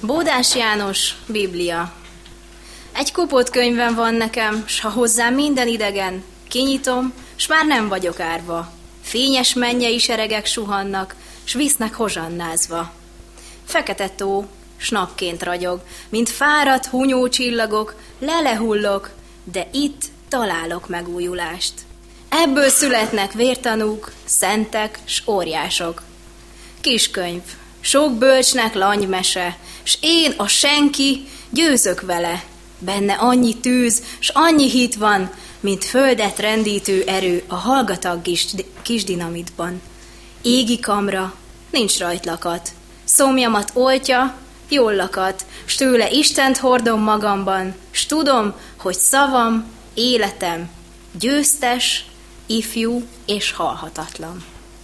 Bódás János, Biblia. Egy kopott könyvem van nekem, s ha hozzám minden idegen, kinyitom, s már nem vagyok árva. Fényes mennyei seregek suhannak, s visznek hozsannázva. Fekete tó, s napként ragyog, mint fáradt hunyó csillagok, lelehullok, de itt találok megújulást. Ebből születnek vértanúk, szentek, s óriások. Kiskönyv, sok bölcsnek lanymese, s én, a senki, győzök vele. Benne annyi tűz, s annyi hit van, mint földet rendítő erő a hallgatag kis dinamitban. Égi kamra, nincs rajtlakat, szomjamat oltja, jól lakat, s tőle Istent hordom magamban, s tudom, hogy szavam, életem, győztes, ifjú és halhatatlan.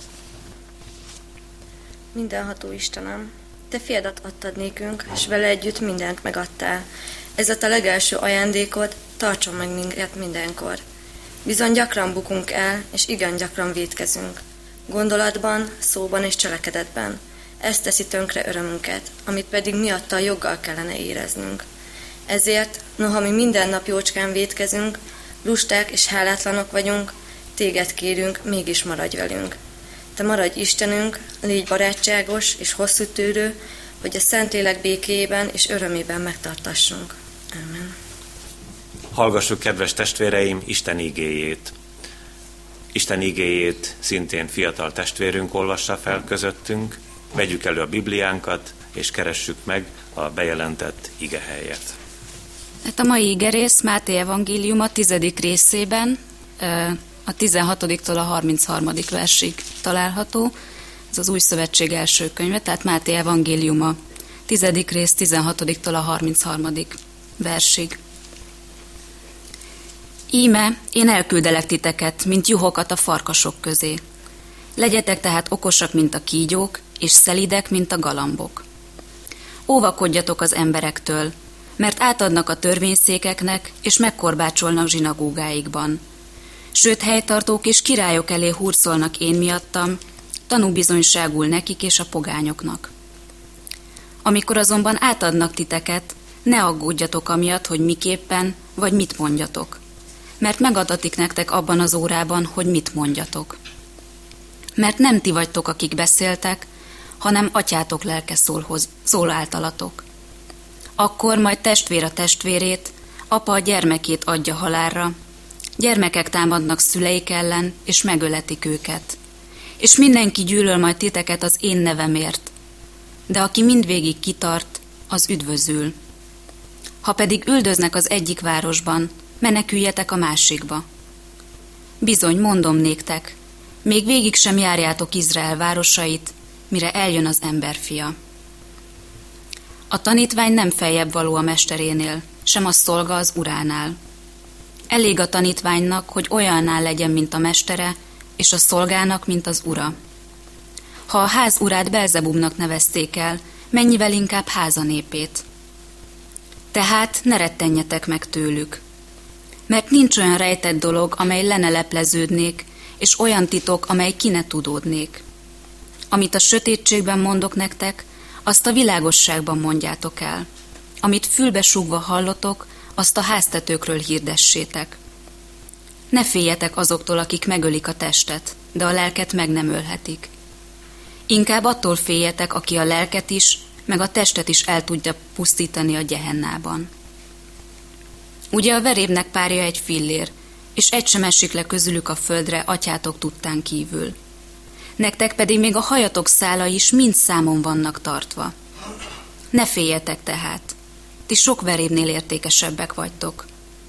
Mindenható Istenem, Te fiadat adtad nékünk, és vele együtt mindent megadtál. Ez a Te legelső ajándékod, tartson meg minket mindenkor. Bizony gyakran bukunk el, és igen gyakran vétkezünk. Gondolatban, szóban és cselekedetben. Ez teszi tönkre örömünket, amit pedig miatta joggal kellene éreznünk. Ezért, noha mi minden nap jócskán vétkezünk, lusták és hálátlanok vagyunk, Téged kérünk, mégis maradj velünk. Te maradj Istenünk, légy barátságos és hosszú tűrő, hogy a Szentlélek békéjében és örömében megtartassunk. Amen. Hallgassuk, kedves testvéreim, Isten igéjét. Isten igéjét szintén fiatal testvérünk olvassa fel közöttünk. Vegyük elő a Bibliánkat, és keressük meg a bejelentett igehelyet. Hát a mai igerész Máté evangéliuma 10. részében, a 16-tól a 33. versig található. Ez az Új Szövetség első könyve, tehát Máté evangéliuma 10. rész 16-tól a 33. versig. Íme, én elküldelek titeket, mint juhokat a farkasok közé. Legyetek tehát okosak, mint a kígyók, és szelidek, mint a galambok. Óvakodjatok az emberektől, mert átadnak a törvényszékeknek, és megkorbácsolnak zsinagógáikban. Sőt, helytartók és királyok elé hurcolnak én miattam, tanúbizonyságul nekik és a pogányoknak. Amikor azonban átadnak titeket, ne aggódjatok amiatt, hogy miképpen, vagy mit mondjatok, mert megadatik nektek abban az órában, hogy mit mondjatok. Mert nem ti vagytok, akik beszéltek, hanem atyátok lelke szól általatok. Akkor majd testvér a testvérét, apa a gyermekét adja halálra, gyermekek támadnak szüleik ellen, és megöletik őket. És mindenki gyűlöl majd titeket az én nevemért, de aki mindvégig kitart, az üdvözül. Ha pedig üldöznek az egyik városban, meneküljetek a másikba. Bizony, mondom néktek, még végig sem járjátok Izrael városait, mire eljön az emberfia. A tanítvány nem feljebb való a mesterénél, sem a szolga az uránál. Elég a tanítványnak, hogy olyannál legyen, mint a mestere, és a szolgának, mint az ura. Ha a ház urát Belzebubnak nevezték el, mennyivel inkább háza népét. Tehát ne rettenjetek meg tőlük. Mert nincs olyan rejtett dolog, amely le ne lepleződnék, és olyan titok, amely ki ne tudódnék. Amit a sötétségben mondok nektek, azt a világosságban mondjátok el. Amit fülbe súgva hallotok, azt a háztetőkről hirdessétek. Ne féljetek azoktól, akik megölik a testet, de a lelket meg nem ölhetik. Inkább attól féljetek, aki a lelket is, meg a testet is el tudja pusztítani a gyehennában. Ugye a verébnek párja egy fillér, és egy sem esik le közülük a földre atyátok tudtán kívül. Nektek pedig még a hajatok szálai is mind számon vannak tartva. Ne féljetek tehát, ti sok verébnél értékesebbek vagytok.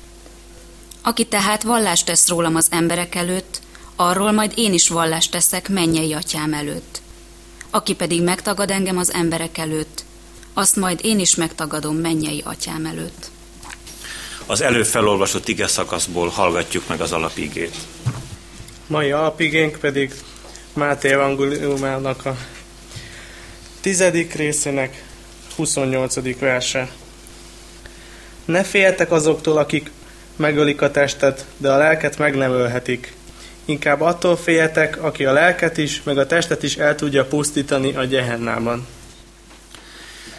Aki tehát vallást tesz rólam az emberek előtt, arról majd én is vallást teszek mennyei atyám előtt. Aki pedig megtagad engem az emberek előtt, azt majd én is megtagadom mennyei atyám előtt. Az előbb felolvasott ige szakaszból hallgatjuk meg az alapigét. Mai alapigénk pedig Máté evangéliumának a 10. részének 28. verse. Ne féljetek azoktól, akik megölik a testet, de a lelket meg nem ölhetik. Inkább attól féljetek, aki a lelket is, meg a testet is el tudja pusztítani a gyehennában.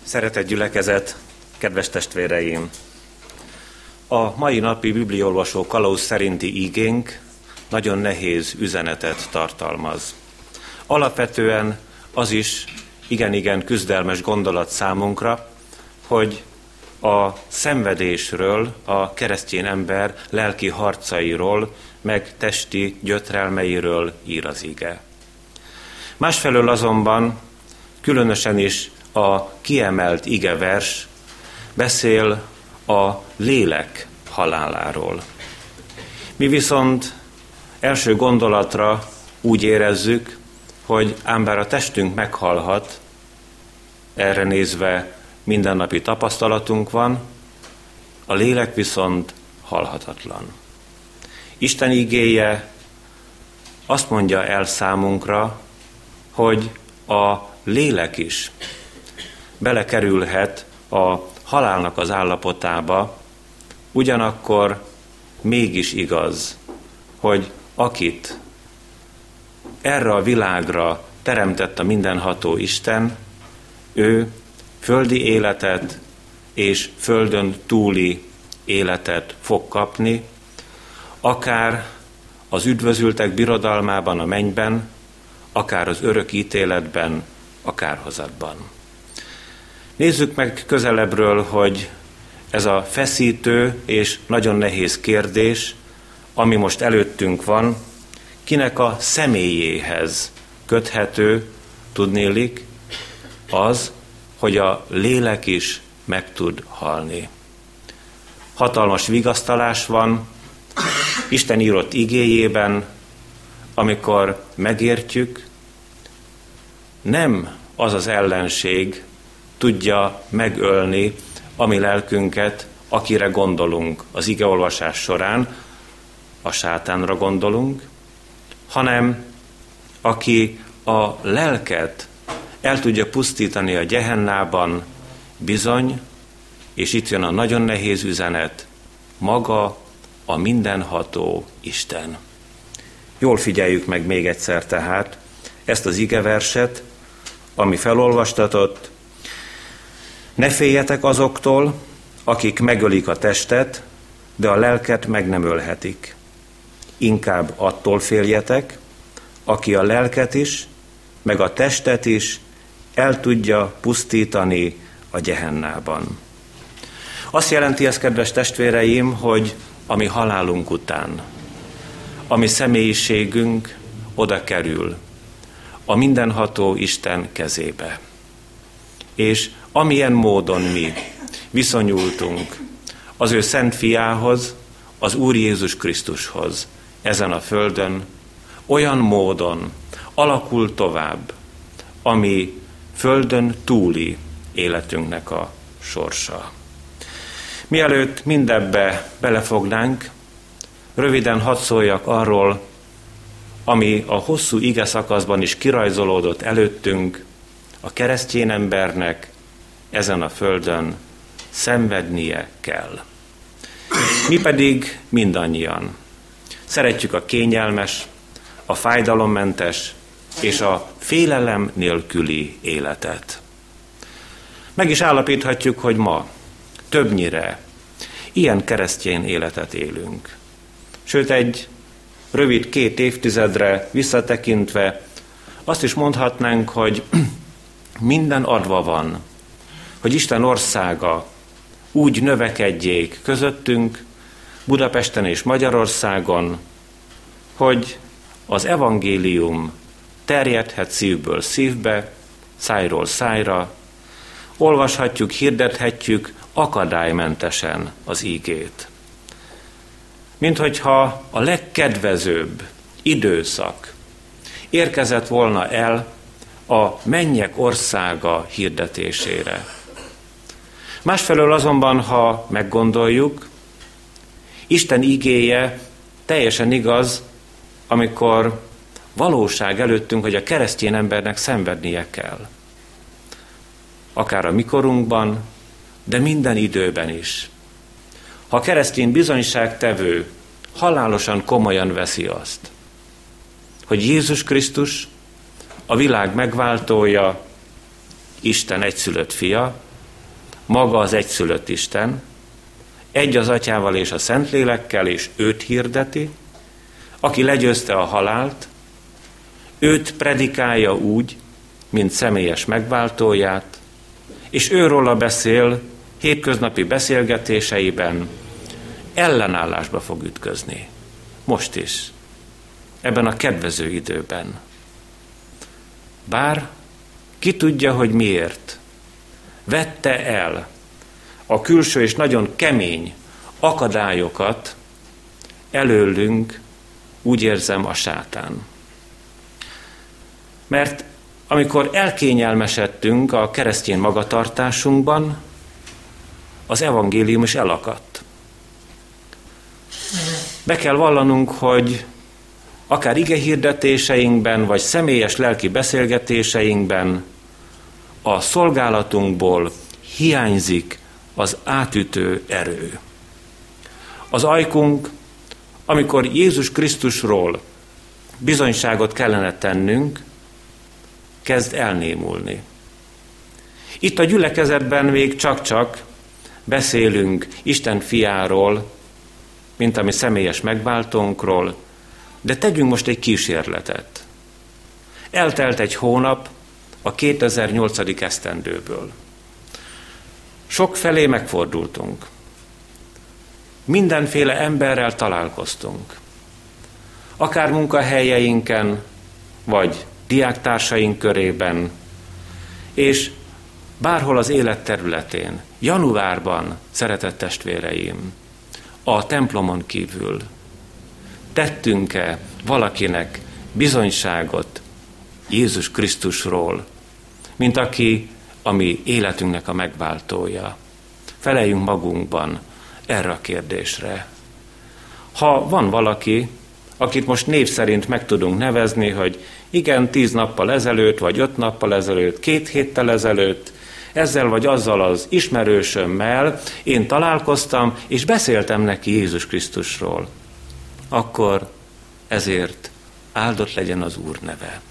Szeretett gyülekezet, kedves testvéreim! A mai napi bibliaolvasó kalauz szerinti igénk nagyon nehéz üzenetet tartalmaz. Alapvetően az is igen küzdelmes gondolat számunkra, hogy a szenvedésről, a keresztény ember lelki harcairól, meg testi gyötrelmeiről ír az ige. Másfelől azonban különösen is a kiemelt igevers beszél a lélek haláláról. Mi viszont első gondolatra úgy érezzük, hogy ám bár a testünk meghalhat, erre nézve mindennapi tapasztalatunk van, a lélek viszont halhatatlan. Isten igéje azt mondja el számunkra, hogy a lélek is belekerülhet a halálnak az állapotába, ugyanakkor mégis igaz, hogy akit erre a világra teremtett a mindenható Isten, ő földi életet és földön túli életet fog kapni, akár az üdvözültek birodalmában a mennyben, akár az örök ítéletben, a kárhozatban. Nézzük meg közelebbről, hogy ez a feszítő és nagyon nehéz kérdés, ami most előttünk van, kinek a személyéhez köthető, tudnélik, az, hogy a lélek is meg tud halni. Hatalmas vigasztalás van Isten írott igéjében, amikor megértjük, nem az az ellenség tudja megölni a mi lelkünket, akire gondolunk az igeolvasás során, a sátánra gondolunk, hanem aki a lelket el tudja pusztítani a gyehennában, bizony, és itt jön a nagyon nehéz üzenet, maga a mindenható Isten. Jól figyeljük meg még egyszer tehát ezt az igeverset, ami felolvastatott. Ne féljetek azoktól, akik megölik a testet, de a lelket meg nem ölhetik. Inkább attól féljetek, aki a lelket is, meg a testet is el tudja pusztítani a gyehennában. Azt jelenti ez, kedves testvéreim, hogy a mi halálunk után, a mi személyiségünk oda kerül a mindenható Isten kezébe. És amilyen módon mi viszonyultunk az ő szent fiához, az Úr Jézus Krisztushoz ezen a földön, olyan módon alakul tovább a mi földön túli életünknek a sorsa. Mielőtt mindebbe belefognánk, röviden hadd szóljak arról, ami a hosszú ige szakaszban is kirajzolódott előttünk, a keresztény embernek ezen a földön szenvednie kell. Mi pedig mindannyian szeretjük a kényelmes, a fájdalommentes és a félelem nélküli életet. Meg is állapíthatjuk, hogy ma többnyire ilyen keresztény életet élünk. Sőt, egy rövid 2 évtizedre visszatekintve azt is mondhatnánk, hogy minden adva van, hogy Isten országa úgy növekedjék közöttünk, Budapesten és Magyarországon, hogy az evangélium terjedhet szívből szívbe, szájról szájra, olvashatjuk, hirdethetjük akadálymentesen az ígét. Minthogyha a legkedvezőbb időszak érkezett volna el a mennyek országa hirdetésére. Másfelől azonban, ha meggondoljuk, Isten igéje teljesen igaz, amikor valóság előttünk, hogy a keresztény embernek szenvednie kell. Akár a mikorunkban, de minden időben is. Ha a keresztény bizonyságtevő halálosan komolyan veszi azt, hogy Jézus Krisztus, a világ megváltója, Isten egyszülött fia, maga az egyszülött Isten, egy az Atyával és a Szentlélekkel, és őt hirdeti, aki legyőzte a halált, őt predikálja úgy, mint személyes megváltóját, és őróla beszél hétköznapi beszélgetéseiben, ellenállásba fog ütközni. Most is, ebben a kedvező időben. Bár ki tudja, hogy miért vette el a külső és nagyon kemény akadályokat előlünk, úgy érzem, a sátán. Mert amikor elkényelmesedtünk a keresztény magatartásunkban, az evangélium is elakadt. Be kell vallanunk, hogy akár igehirdetéseinkben, vagy személyes lelki beszélgetéseinkben a szolgálatunkból hiányzik az átütő erő. Az ajkunk, amikor Jézus Krisztusról bizonyságot kellene tennünk, kezd elnémulni. Itt a gyülekezetben még csak-csak beszélünk Isten fiáról, mint a mi személyes megváltónkról, de tegyünk most egy kísérletet. Eltelt egy hónap a 2008. esztendőből. Sokfelé megfordultunk. Mindenféle emberrel találkoztunk. Akár munkahelyeinken, vagy diáktársaink körében, és bárhol az élet területén, januárban, szeretett testvéreim, a templomon kívül tettünk-e valakinek bizonyságot Jézus Krisztusról, mint aki a mi életünknek a megváltója? Feleljünk magunkban erre a kérdésre. Ha van valaki, akit most név szerint meg tudunk nevezni, hogy igen, 10 nappal ezelőtt, vagy 5 nappal ezelőtt, 2 héttel ezelőtt, ezzel vagy azzal az ismerősömmel én találkoztam, és beszéltem neki Jézus Krisztusról, akkor ezért áldott legyen az Úr neve.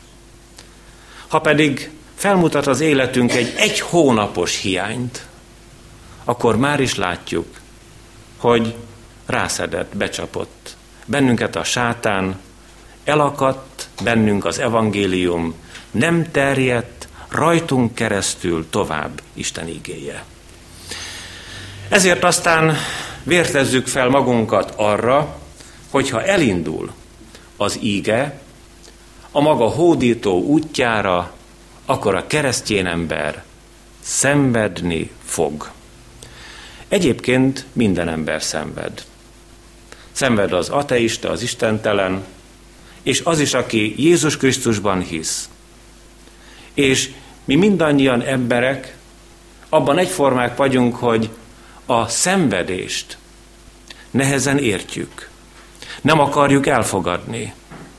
Ha pedig felmutat az életünk egy hónapos hiányt, akkor már is látjuk, hogy rászedett, becsapott bennünket a sátán, elakadt bennünk az evangélium, nem terjedt rajtunk keresztül tovább Isten igéje. Ezért aztán vértezzük fel magunkat arra, hogyha elindul az íge a maga hódító útjára, akkor a keresztény ember szenvedni fog. Egyébként minden ember szenved. Szenved az ateista, az istentelen, és az is, aki Jézus Krisztusban hisz. És mi mindannyian emberek abban egyformák vagyunk, hogy a szenvedést nehezen értjük. Nem akarjuk elfogadni.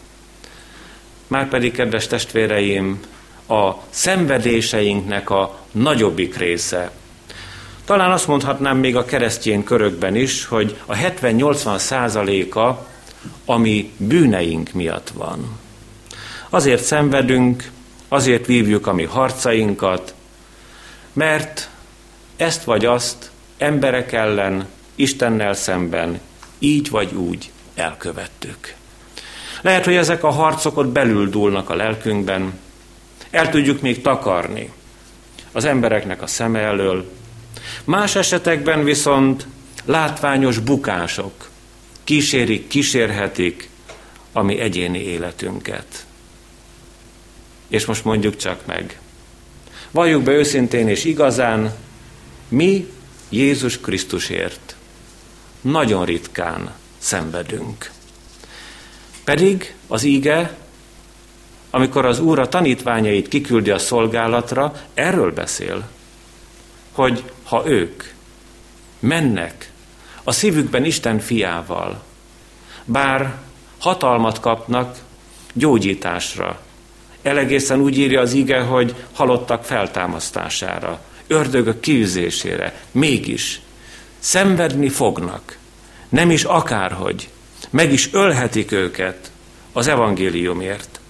Márpedig, kedves testvéreim, a szenvedéseinknek a nagyobbik része, talán azt mondhatnám még a keresztény körökben is, hogy a 70-80%-a a mi bűneink miatt van. Azért szenvedünk, azért vívjuk a mi harcainkat, mert ezt vagy azt emberek ellen, Istennel szemben így vagy úgy elkövettük. Lehet, hogy ezek a harcok ott belül dúlnak a lelkünkben, el tudjuk még takarni az embereknek a szeme elől. Más esetekben viszont látványos bukások kísérhetik a mi egyéni életünket. És most mondjuk csak meg. Valljuk be őszintén és igazán, mi Jézus Krisztusért nagyon ritkán szenvedünk. Pedig az íge, amikor az Úr a tanítványait kiküldi a szolgálatra, erről beszél, hogy ha ők mennek a szívükben Isten fiával, bár hatalmat kapnak gyógyításra, egészen úgy írja az ige, hogy halottak feltámasztására, ördögök kiűzésére, mégis szenvedni fognak, nem is akárhogy, meg is ölhetik őket az evangéliumért.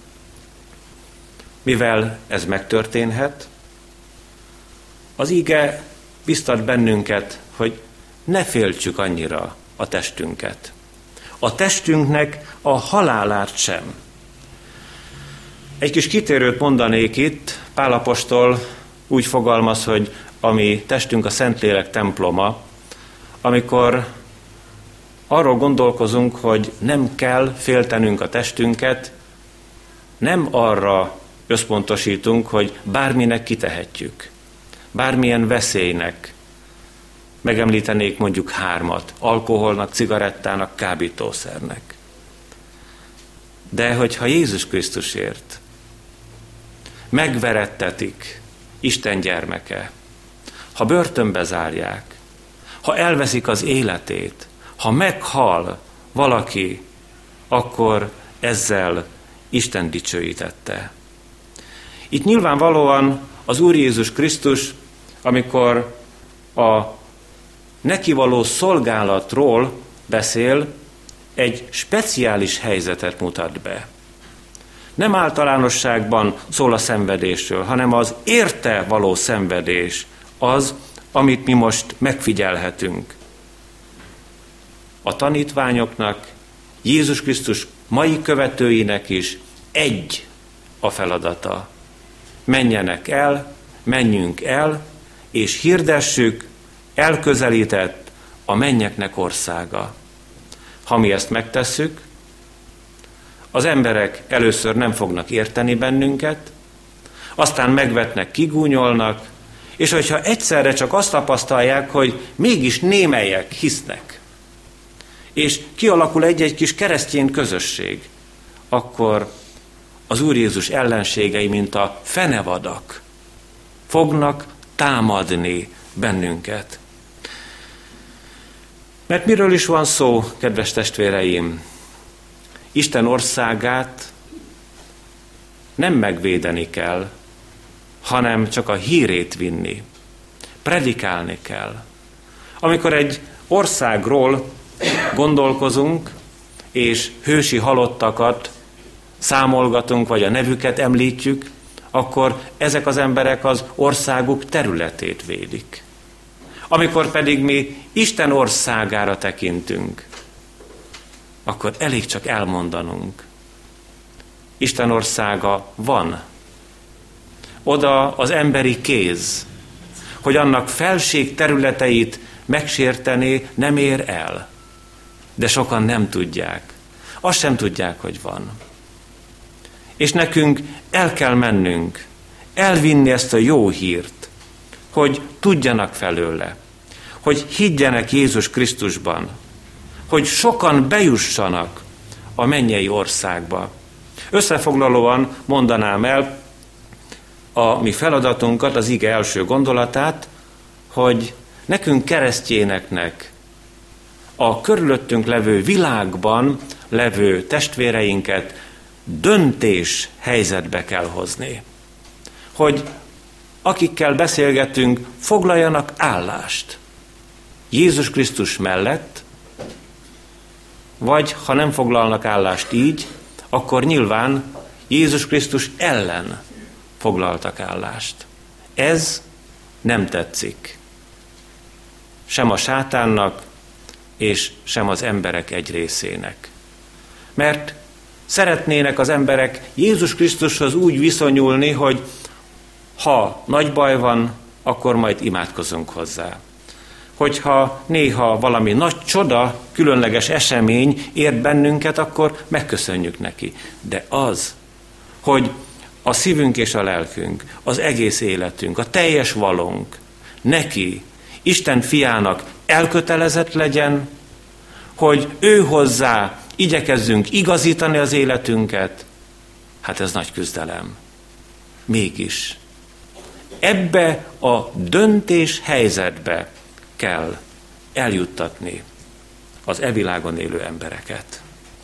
Mivel ez megtörténhet, az ige biztat bennünket, hogy ne féltsük annyira a testünket. A testünknek a halálárt sem. Egy kis kitérőt mondanék itt. Pál apostol úgy fogalmaz, hogy a mi testünk a Szentlélek temploma, amikor arról gondolkozunk, hogy nem kell féltenünk a testünket, nem arra összpontosítunk, hogy bárminek kitehetjük, bármilyen veszélynek. Megemlítenék mondjuk 3: alkoholnak, cigarettának, kábítószernek. De hogyha Jézus Krisztusért megverettetik Isten gyermeke, ha börtönbe zárják, ha elveszik az életét, ha meghal valaki, akkor ezzel Isten dicsőítette. Itt nyilvánvalóan az Úr Jézus Krisztus, amikor a neki való szolgálatról beszél, egy speciális helyzetet mutat be. Nem általánosságban szól a szenvedésről, hanem az érte való szenvedés az, amit mi most megfigyelhetünk. A tanítványoknak, Jézus Krisztus mai követőinek is egy a feladata. Menjünk el, és hirdessük, elközelített a mennyeknek országa. Ha mi ezt megtesszük, az emberek először nem fognak érteni bennünket, aztán megvetnek, kigúnyolnak, és hogyha egyszerre csak azt tapasztalják, hogy mégis némelyek hisznek, és kialakul egy-egy kis keresztény közösség, akkor az Úr Jézus ellenségei, mint a fenevadak, fognak támadni bennünket. Mert miről is van szó, kedves testvéreim? Isten országát nem megvédeni kell, hanem csak a hírét vinni. Predikálni kell. Amikor egy országról gondolkozunk, és hősi halottakat számolgatunk, vagy a nevüket említjük, akkor ezek az emberek az országuk területét védik. Amikor pedig mi Isten országára tekintünk, akkor elég csak elmondanunk. Isten országa van. Oda az emberi kéz, hogy annak felség területeit megsértené, nem ér el. De sokan nem tudják. Azt sem tudják, hogy van. És nekünk el kell mennünk, elvinni ezt a jó hírt, hogy tudjanak felőle, hogy higgyenek Jézus Krisztusban, hogy sokan bejussanak a mennyei országba. Összefoglalóan mondanám el a mi feladatunkat, az ige első gondolatát, hogy nekünk keresztjéneknek a körülöttünk levő világban levő testvéreinket döntés helyzetbe kell hozni. Hogy akikkel beszélgetünk, foglaljanak állást Jézus Krisztus mellett, vagy ha nem foglalnak állást így, akkor nyilván Jézus Krisztus ellen foglaltak állást. Ez nem tetszik. Sem a sátánnak, és sem az emberek egy részének. Mert szeretnének az emberek Jézus Krisztushoz úgy viszonyulni, hogy ha nagy baj van, akkor majd imádkozunk hozzá. Hogyha néha valami nagy csoda, különleges esemény ért bennünket, akkor megköszönjük neki. De az, hogy a szívünk és a lelkünk, az egész életünk, a teljes valónk neki, Isten fiának elkötelezett legyen, hogy ő hozzá igyekezzünk igazítani az életünket, hát ez nagy küzdelem. Mégis ebbe a döntés helyzetbe kell eljuttatni az világon élő embereket.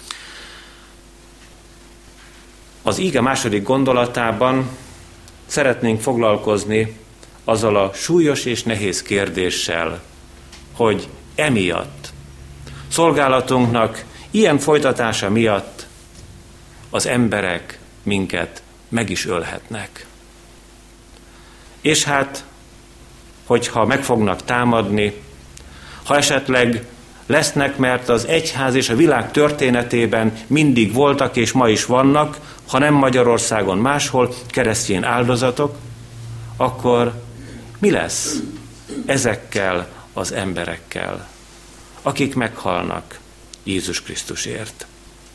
Az íge második gondolatában szeretnénk foglalkozni azzal a súlyos és nehéz kérdéssel, hogy emiatt, szolgálatunknak ilyen folytatása miatt az emberek minket meg is ölhetnek. És hát hogyha meg fognak támadni, ha esetleg lesznek, mert az egyház és a világ történetében mindig voltak és ma is vannak, ha nem Magyarországon, máshol keresztény áldozatok, akkor mi lesz ezekkel az emberekkel, akik meghalnak Jézus Krisztusért?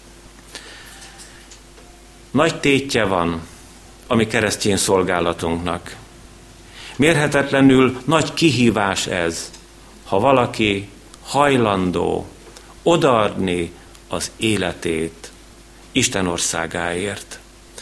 Nagy tétje van a mi keresztény szolgálatunknak. Mérhetetlenül nagy kihívás ez, ha valaki hajlandó odaadni az életét Isten országáért.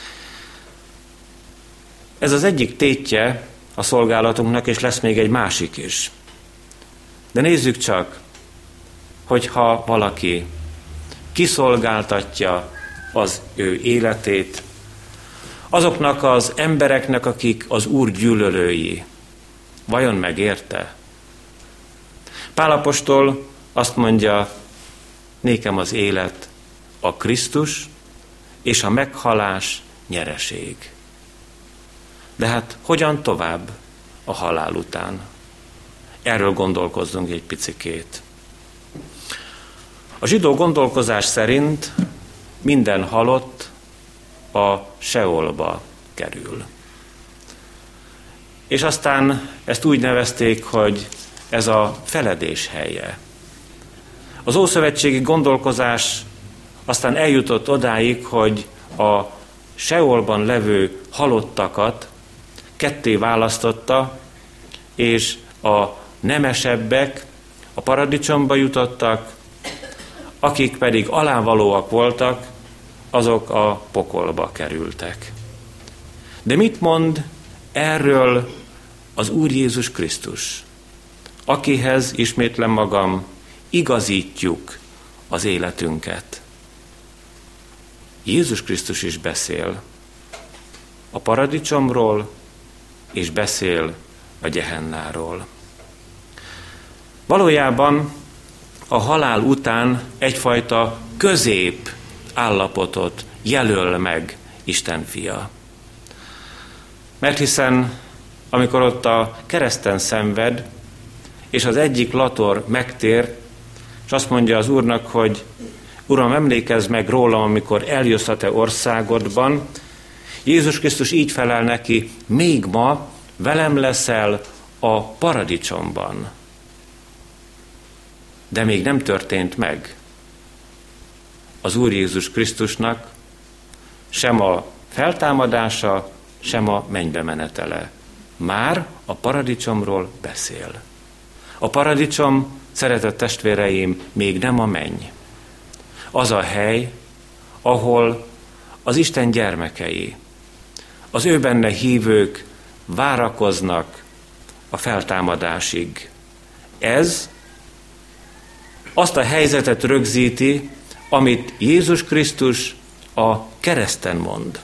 Ez az egyik tétje a szolgálatunknak, és lesz még egy másik is. De nézzük csak, hogyha valaki kiszolgáltatja az ő életét azoknak az embereknek, akik az Úr gyűlölői, vajon megérte? Pál apostol azt mondja, nékem az élet a Krisztus, és a meghalás nyereség. De hát hogyan tovább a halál után? Erről gondolkozzunk egy picikét. A zsidó gondolkozás szerint minden halott a Seolba kerül. És aztán ezt úgy nevezték, hogy ez a feledés helye. Az ószövetségi gondolkozás aztán eljutott odáig, hogy a Seolban levő halottakat ketté választotta, és a nemesebbek a paradicsomba jutottak, akik pedig alávalóak voltak, azok a pokolba kerültek. De mit mond erről az Úr Jézus Krisztus, akihez, ismétlem magam, igazítjuk az életünket? Jézus Krisztus is beszél a paradicsomról, és beszél a Gehennáról. Valójában a halál után egyfajta közép állapotot jelöl meg Isten fia. Mert hiszen, amikor ott a kereszten szenved, és az egyik lator megtér, és azt mondja az Úrnak, hogy Uram, emlékezz meg rólam, amikor eljössz a te országodban, Jézus Krisztus így felel neki, még ma velem leszel a paradicsomban. De még nem történt meg az Úr Jézus Krisztusnak sem a feltámadása, sem a mennybe menetele. Már a paradicsomról beszél. A paradicsom, szeretett testvéreim, még nem a menny. Az a hely, ahol az Isten gyermekei, az ő benne hívők várakoznak a feltámadásig. Ez azt a helyzetet rögzíti, amit Jézus Krisztus a kereszten mond.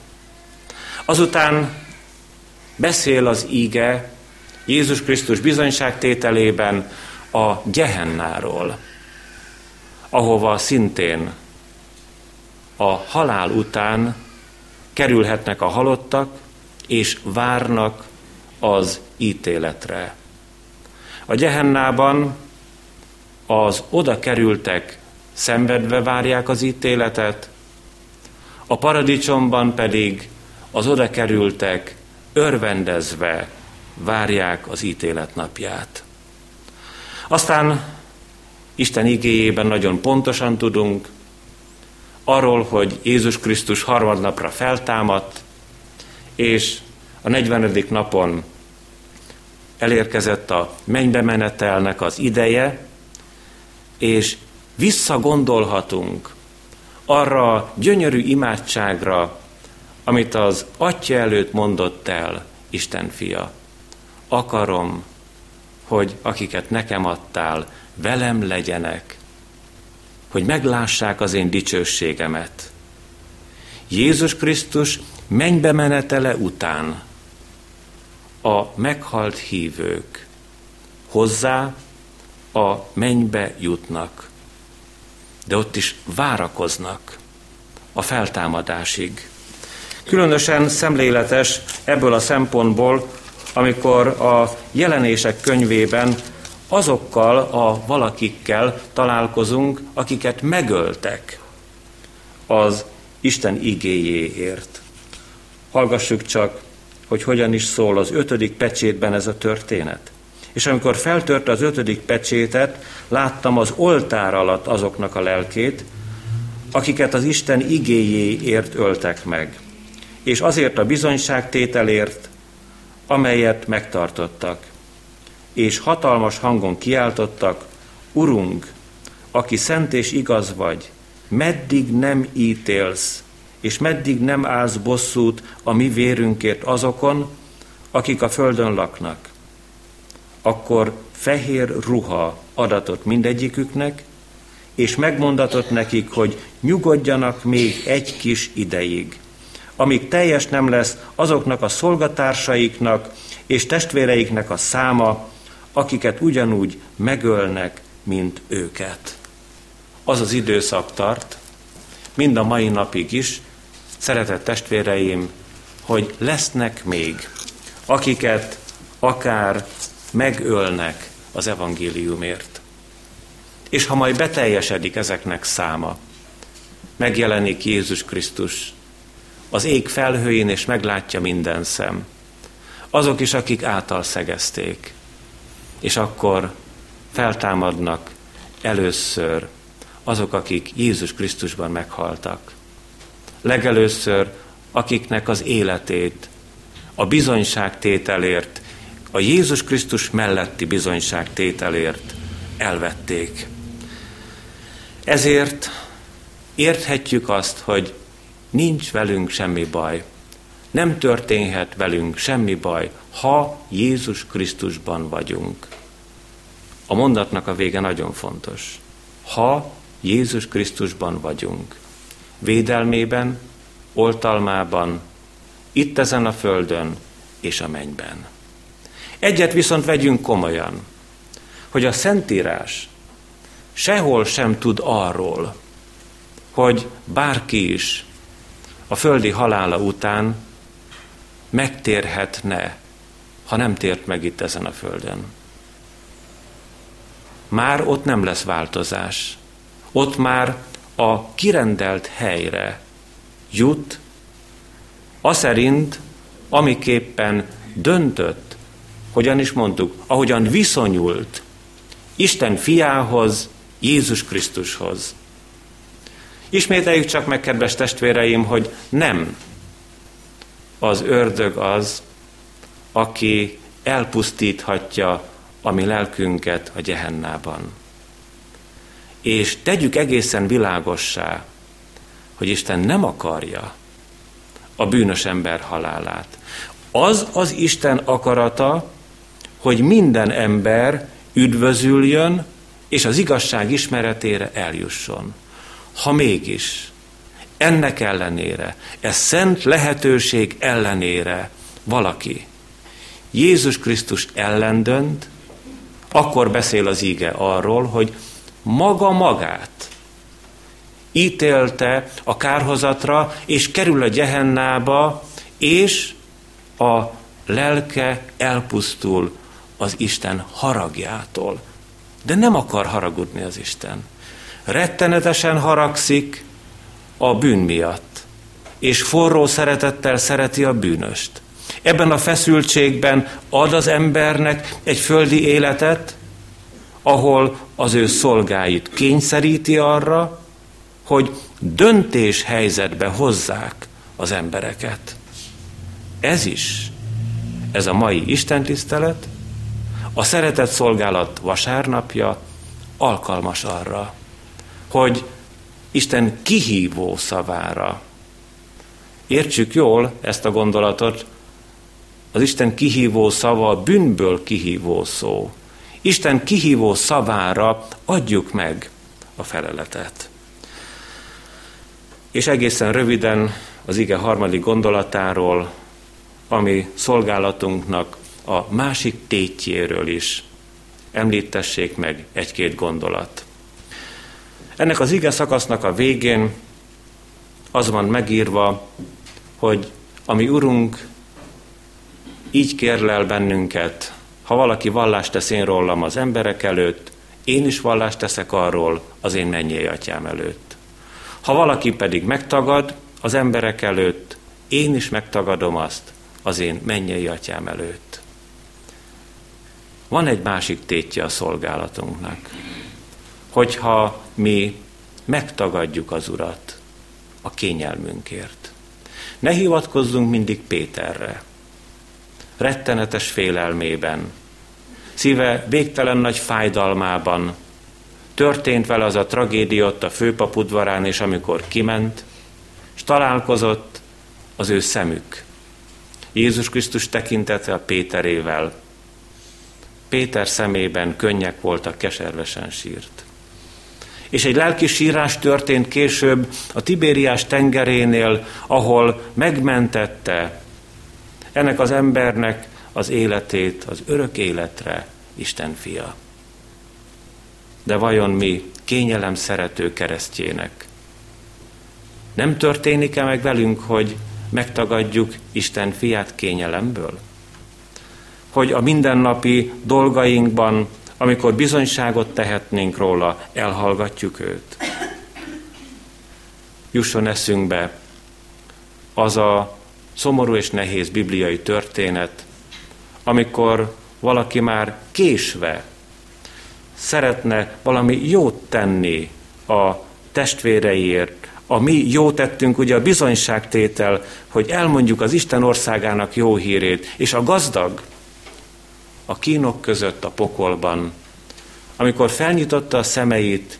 Azután beszél az íge Jézus Krisztus bizonyságtételében a Gehennáról, ahova szintén a halál után kerülhetnek a halottak, és várnak az ítéletre. A Gehennában az oda kerültek szenvedve várják az ítéletet, a paradicsomban pedig az oda kerültek örvendezve várják az ítélet napját. Aztán Isten igéjében nagyon pontosan tudunk arról, hogy Jézus Krisztus harmadnapra feltámadt, és a 40. napon elérkezett a mennybe menetelnek az ideje, és visszagondolhatunk arra a gyönyörű imádságra, amit az Atya előtt mondott el Isten fia. Akarom, hogy akiket nekem adtál, velem legyenek, hogy meglássák az én dicsőségemet. Jézus Krisztus mennybe menetele után a meghalt hívők hozzá a mennybe jutnak, de ott is várakoznak a feltámadásig. Különösen szemléletes ebből a szempontból amikor a Jelenések könyvében azokkal a valakikkel találkozunk, akiket megöltek az Isten igéjéért. Hallgassuk csak, hogy hogyan is szól az 5. pecsétben ez a történet. És amikor feltörte az 5. pecsétet, láttam az oltár alatt azoknak a lelkét, akiket az Isten igéjéért öltek meg, és azért a bizonyságtételért, amelyet megtartottak. És hatalmas hangon kiáltottak: Urunk, aki szent és igaz vagy, meddig nem ítélsz, és meddig nem állsz bosszút a mi vérünkért azokon, akik a földön laknak. Akkor fehér ruha adatott mindegyiküknek, és megmondatott nekik, hogy nyugodjanak még egy kis ideig, amíg teljes nem lesz azoknak a szolgatársaiknak és testvéreiknek a száma, akiket ugyanúgy megölnek, mint őket. Az az időszak tart, mind a mai napig is, szeretett testvéreim, hogy lesznek még, akiket akár megölnek az evangéliumért. És ha majd beteljesedik ezeknek száma, megjelenik Jézus Krisztus az ég felhőjén, és meglátja minden szem, azok is, akik által szegezték, és akkor feltámadnak először azok, akik Jézus Krisztusban meghaltak. Legelőször, akiknek az életét a bizonyságtételért, a Jézus Krisztus melletti bizonyságtételért elvették. Ezért érthetjük azt, hogy nincs velünk semmi baj. Nem történhet velünk semmi baj, ha Jézus Krisztusban vagyunk. A mondatnak a vége nagyon fontos. Ha Jézus Krisztusban vagyunk. Védelmében, oltalmában, itt ezen a földön és a mennyben. Egyet viszont vegyünk komolyan, hogy a Szentírás sehol sem tud arról, hogy bárki is a földi halála után megtérhetne, ha nem tért meg itt ezen a földön. Már ott nem lesz változás. Ott már a kirendelt helyre jut, aszerint, amiképpen döntött, hogyan is mondtuk, ahogyan viszonyult Isten fiához, Jézus Krisztushoz. Ismételjük csak meg, kedves testvéreim, hogy nem az ördög az, aki elpusztíthatja a mi lelkünket a gyehennában. És tegyük egészen világossá, hogy Isten nem akarja a bűnös ember halálát. Az az Isten akarata, hogy minden ember üdvözüljön, és az igazság ismeretére eljusson. Ha mégis ennek ellenére, ez szent lehetőség ellenére valaki Jézus Krisztus ellen dönt, akkor beszél az íge arról, hogy maga magát ítélte a kárhozatra, és kerül a gyehennába, és a lelke elpusztul az Isten haragjától. De nem akar haragudni az Isten. Rettenetesen haragszik a bűn miatt, és forró szeretettel szereti a bűnöst. Ebben a feszültségben ad az embernek egy földi életet, ahol az ő szolgáit kényszeríti arra, hogy döntéshelyzetbe hozzák az embereket. Ez a mai istentisztelet, a szeretet szolgálat vasárnapja alkalmas arra, hogy Isten kihívó szavára. Értsük jól ezt a gondolatot, az Isten kihívó szava a bűnből kihívó szó. Isten kihívó szavára adjuk meg a feleletet. És egészen röviden az ige harmadik gondolatáról, ami szolgálatunknak a másik tétjéről is említessék meg egy-két gondolat. Ennek az ige szakasznak a végén az van megírva, hogy a mi Urunk így kérlel bennünket, ha valaki vallást tesz én rólam az emberek előtt, én is vallást teszek arról az én mennyei atyám előtt. Ha valaki pedig megtagad az emberek előtt, én is megtagadom azt az én mennyei atyám előtt. Van egy másik tétje a szolgálatunknak, hogyha mi megtagadjuk az Urat a kényelmünkért. Ne hivatkozzunk mindig Péterre, rettenetes félelmében, szíve végtelen nagy fájdalmában. Történt vele az a tragédia ott a főpap udvarán, és amikor kiment, és találkozott az ő szemük. Jézus Krisztus tekintete a Péterével. Péter szemében könnyek voltak, keservesen sírt. És egy lelki sírás történt később a Tibériás tengerénél, ahol megmentette ennek az embernek az életét az örök életre Isten fia. De vajon mi, kényelem szerető keresztjének, nem történik-e meg velünk, hogy megtagadjuk Isten fiát kényelemből? Hogy a mindennapi dolgainkban, amikor bizonyságot tehetnénk róla, elhallgatjuk őt? Jusson eszünkbe az a szomorú és nehéz bibliai történet, amikor valaki már késve szeretne valami jót tenni a testvéreiért. A mi jó tettünk, ugye a bizonyságtétel, hogy elmondjuk az Isten országának jó hírét, és a gazdag a kínok között a pokolban, amikor felnyitotta a szemeit,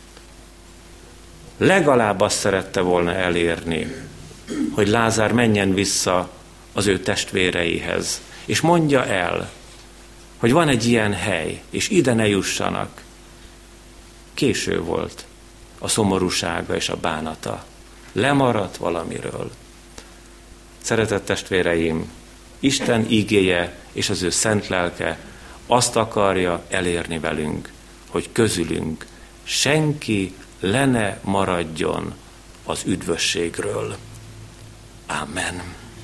legalább azt szerette volna elérni, hogy Lázár menjen vissza az ő testvéreihez, és mondja el, hogy van egy ilyen hely, és ide ne jussanak. Késő volt a szomorúsága és a bánata. Lemaradt valamiről. Szeretett testvéreim, Isten igéje és az ő szent lelke azt akarja elérni velünk, hogy közülünk senki le ne maradjon az üdvösségről. Amen.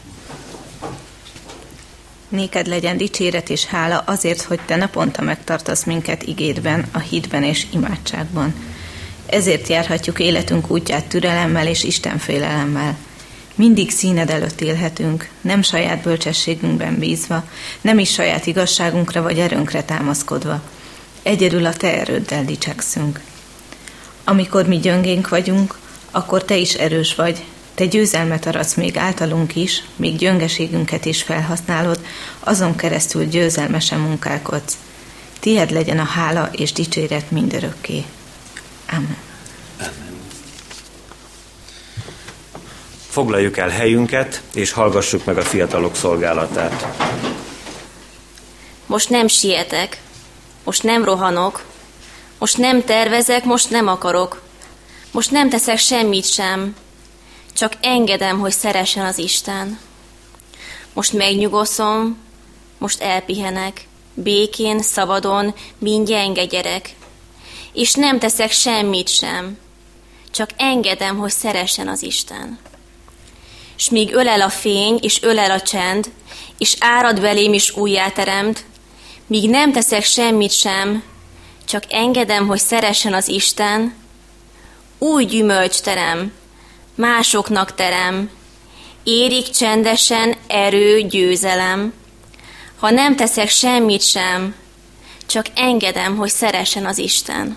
Néked legyen dicséret és hála azért, hogy te naponta megtartasz minket igédben, a hitben és imádságban. Ezért járhatjuk életünk útját türelemmel és istenfélelemmel. Mindig színed előtt élhetünk, nem saját bölcsességünkben bízva, nem is saját igazságunkra vagy erőnkre támaszkodva. Egyedül a te erőddel dicsekszünk. Amikor mi gyöngénk vagyunk, akkor te is erős vagy, te győzelmet aratsz még általunk is, még gyöngeségünket is felhasználod, azon keresztül győzelmesen munkálkodsz. Tied legyen a hála és dicséret mindörökké. Amen. Foglaljuk el helyünket, és hallgassuk meg a fiatalok szolgálatát. Most nem sietek, most nem rohanok, most nem tervezek, most nem akarok, most nem teszek semmit sem, csak engedem, hogy szeressen az Isten. Most megnyugoszom, most elpihenek, békén, szabadon, mint gyenge gyerek, és nem teszek semmit sem, csak engedem, hogy szeressen az Isten. S míg ölel a fény, és ölel a csend, és árad belém, és újjáteremt, míg nem teszek semmit sem, csak engedem, hogy szeressen az Isten, új gyümölcs terem, másoknak terem, érik csendesen erő, győzelem. Ha nem teszek semmit sem, csak engedem, hogy szeressen az Isten.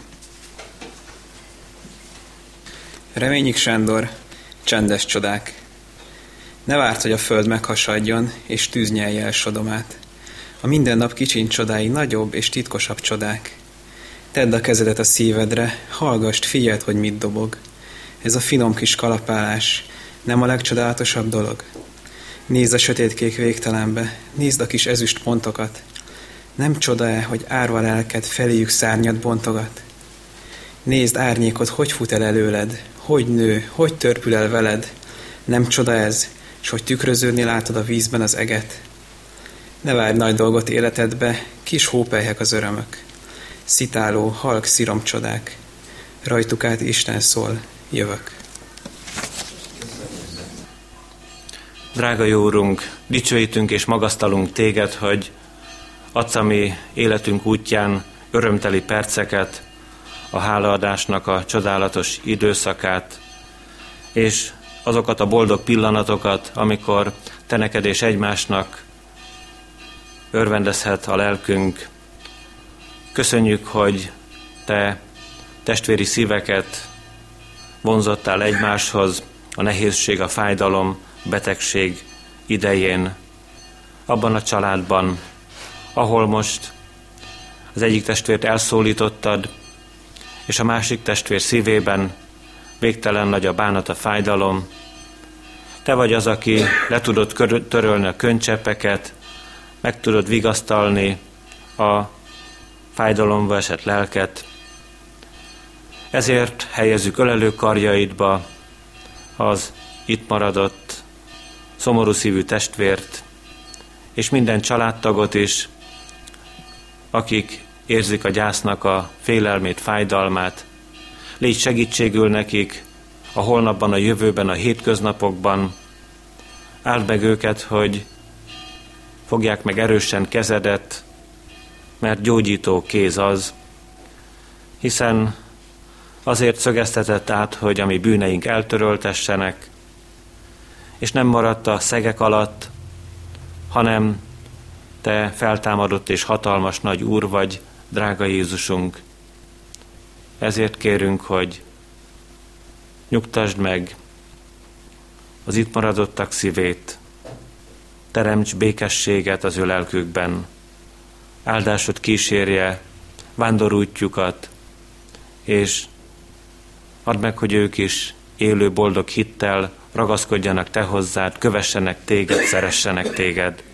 Reményik Sándor, csendes csodák. Ne várd, hogy a föld meghasadjon, és tűz nyelje el Sodomát. A mindennap kicsiny csodái nagyobb és titkosabb csodák. Tedd a kezedet a szívedre, hallgasd, figyeld, hogy mit dobog. Ez a finom kis kalapálás nem a legcsodálatosabb dolog? Nézd a sötétkék végtelenbe, nézd a kis ezüst pontokat. Nem csoda-e, hogy árva lelked feléjük szárnyat bontogat? Nézd árnyékot, hogy fut el előled, hogy nő, hogy törpül el veled. Nem csoda ez, s hogy tükröződni látod a vízben az eget. Ne várj nagy dolgot életedbe, kis hópelyhek az örömök. Szitáló, halk sziromcsodák. Rajtuk át Isten szól, jövök. Drága jó Urunk, dicsőítünk és magasztalunk Téged, hogy adsz a mi életünk útján örömteli perceket, a hálaadásnak a csodálatos időszakát, és azokat a boldog pillanatokat, amikor Te neked és egymásnak örvendezhet a lelkünk. Köszönjük, hogy Te testvéri szíveket vonzottál egymáshoz a nehézség, a fájdalom, betegség idején, abban a családban, ahol most az egyik testvért elszólítottad, és a másik testvér szívében végtelen nagy a bánat, a fájdalom. Te vagy az, aki le tudod törölni a könnycseppeket, meg tudod vigasztalni a fájdalomba esett lelket. Ezért helyezzük ölelő karjaidba az itt maradott, szomorú szívű testvért, és minden családtagot is, akik érzik a gyásznak a félelmét, fájdalmát. Légy segítségül nekik a holnapban, a jövőben, a hétköznapokban. Áld meg őket, hogy fogják meg erősen kezedet, mert gyógyító kéz az, hiszen azért szögeztetett át, hogy a mi bűneink eltöröltessenek, és nem maradt a szegek alatt, hanem Te feltámadott és hatalmas nagy Úr vagy, drága Jézusunk. Ezért kérünk, hogy nyugtasd meg az itt maradottak szívét, teremts békességet az ő lelkükben, áldásod kísérje vándorútjukat, és add meg, hogy ők is élő boldog hittel ragaszkodjanak Te hozzád, kövessenek Téged, szeressenek Téged.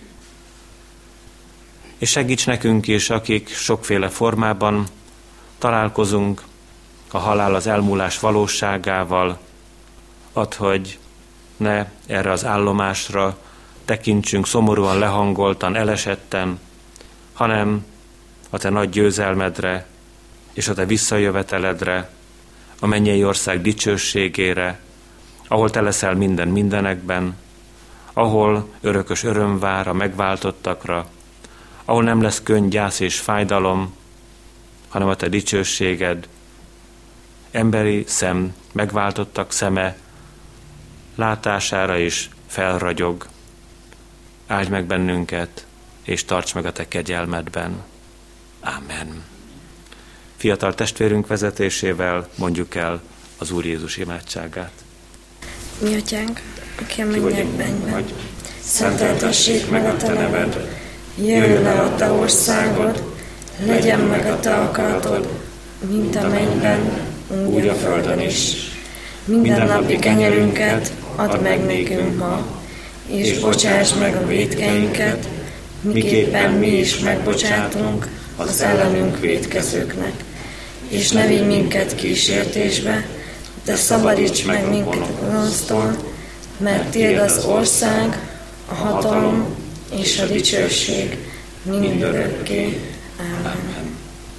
És segíts nekünk is, akik sokféle formában találkozunk a halál, az elmúlás valóságával, add, hogy ne erre az állomásra tekintsünk szomorúan, lehangoltan, elesetten, hanem a Te nagy győzelmedre és a Te visszajöveteledre, a mennyei ország dicsőségére, ahol Te leszel minden mindenekben, ahol örökös öröm vár a megváltottakra, ahol nem lesz könny, gyász és fájdalom, hanem a Te dicsőséged, emberi szem, megváltottak szeme látására is felragyog. Áldj meg bennünket, és tarts meg a Te kegyelmedben. Ámen. Fiatal testvérünk vezetésével mondjuk el az Úr Jézus imádságát. Mi atyánk, aki a mennyekben vagy, szenteltessék meg a Te neved, jöjjön el a Te országod, legyen meg a Te akaratod, mint a mennyben, úgy a földön is. Minden napi kenyerünket add meg nékünk ma, és bocsáss meg a vétkeinket, miképpen mi is megbocsátunk az ellenünk vétkezőknek. És ne vigy minket kísértésbe, de szabadíts meg minket a gonosztól, mert Tiéd az ország, a hatalom és a dicsőség mindörökké. Ámen.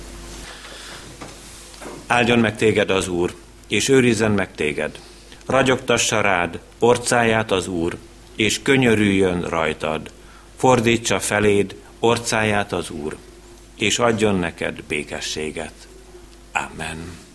Áldjon meg téged az Úr, és őrizzen meg téged. Ragyogtassa rád orcáját az Úr, és könyörüljön rajtad. Fordítsa feléd orcáját az Úr, és adjon neked békességet. Amen.